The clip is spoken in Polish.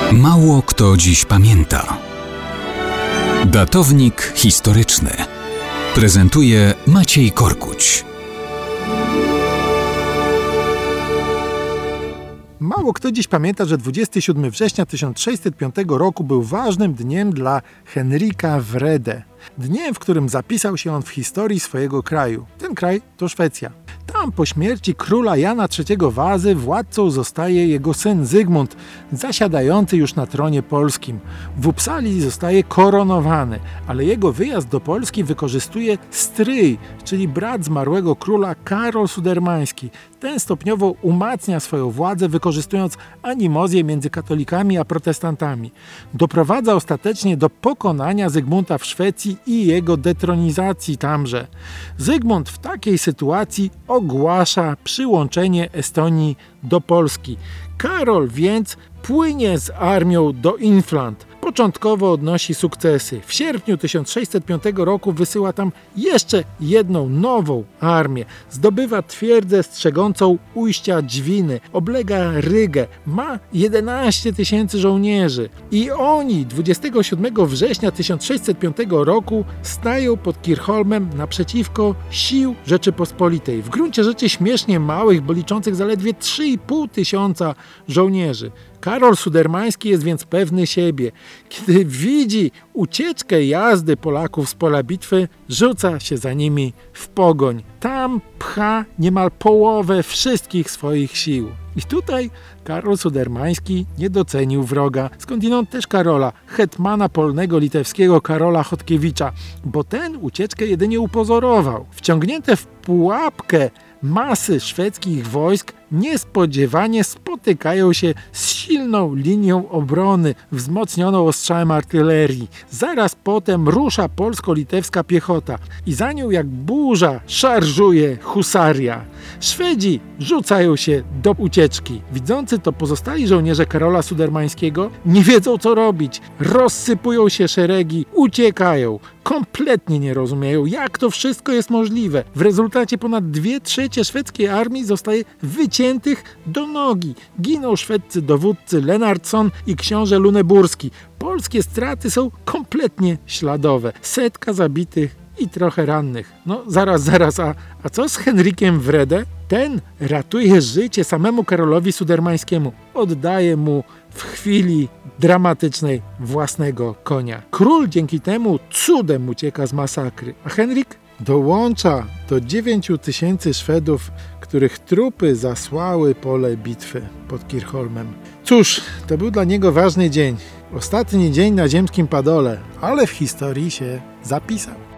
Mało kto dziś pamięta. Datownik historyczny prezentuje Maciej Korkuć. Mało kto dziś pamięta, że 27 września 1605 roku był ważnym dniem dla Henryka Wrede. Dniem, w którym zapisał się on w historii swojego kraju. Ten kraj to Szwecja. Tam po śmierci króla Jana III Wazy władcą zostaje jego syn Zygmunt, zasiadający już na tronie polskim. W Uppsali zostaje koronowany, ale jego wyjazd do Polski wykorzystuje stryj, czyli brat zmarłego króla Karol Sudermański. Ten stopniowo umacnia swoją władzę, wykorzystując animozję między katolikami a protestantami. Doprowadza ostatecznie do pokonania Zygmunta w Szwecji i jego detronizacji tamże. Zygmunt w takiej sytuacji ogłasza przyłączenie Estonii do Polski. Karol więc płynie z armią do Inflant. Początkowo odnosi sukcesy. W sierpniu 1605 roku wysyła tam jeszcze jedną nową armię. Zdobywa twierdzę strzegącą ujścia Dźwiny. Oblega Rygę. Ma 11 000 żołnierzy. I oni 27 września 1605 roku stają pod Kirchholmem naprzeciwko sił Rzeczypospolitej. W gruncie rzeczy śmiesznie małych, bo liczących zaledwie 3,5 tysiąca żołnierzy. Karol Sudermański jest więc pewny siebie. Kiedy widzi ucieczkę jazdy Polaków z pola bitwy, rzuca się za nimi w pogoń. Tam pcha niemal połowę wszystkich swoich sił. I tutaj Karol Sudermański nie docenił wroga, skądinąd też Karola, hetmana polnego litewskiego Karola Chodkiewicza, bo ten ucieczkę jedynie upozorował. Wciągnięte w pułapkę masy szwedzkich wojsk niespodziewanie spotykają się z silną linią obrony wzmocnioną ostrzałem artylerii. Zaraz potem rusza polsko-litewska piechota i za nią jak burza szarżuje husaria. Szwedzi rzucają się do ucieczki. Widzący to pozostali żołnierze Karola Sudermańskiego nie wiedzą co robić. Rozsypują się szeregi, uciekają. Kompletnie nie rozumieją, jak to wszystko jest możliwe. W rezultacie ponad 2/3 szwedzkiej armii zostaje wyciętych do nogi. Giną szwedzcy dowódcy Lennartsson i książę Luneburski. Polskie straty są kompletnie śladowe. 100 zabitych i trochę rannych. No zaraz, a co z Henrykiem Wrede? Ten ratuje życie samemu Karolowi Sudermańskiemu. Oddaje mu w chwili dramatycznej własnego konia. Król dzięki temu cudem ucieka z masakry, a Henryk dołącza do 9 000 Szwedów, których trupy zasłały pole bitwy pod Kirchholmem. Cóż, to był dla niego ważny dzień. Ostatni dzień na ziemskim padole, ale w historii się zapisał.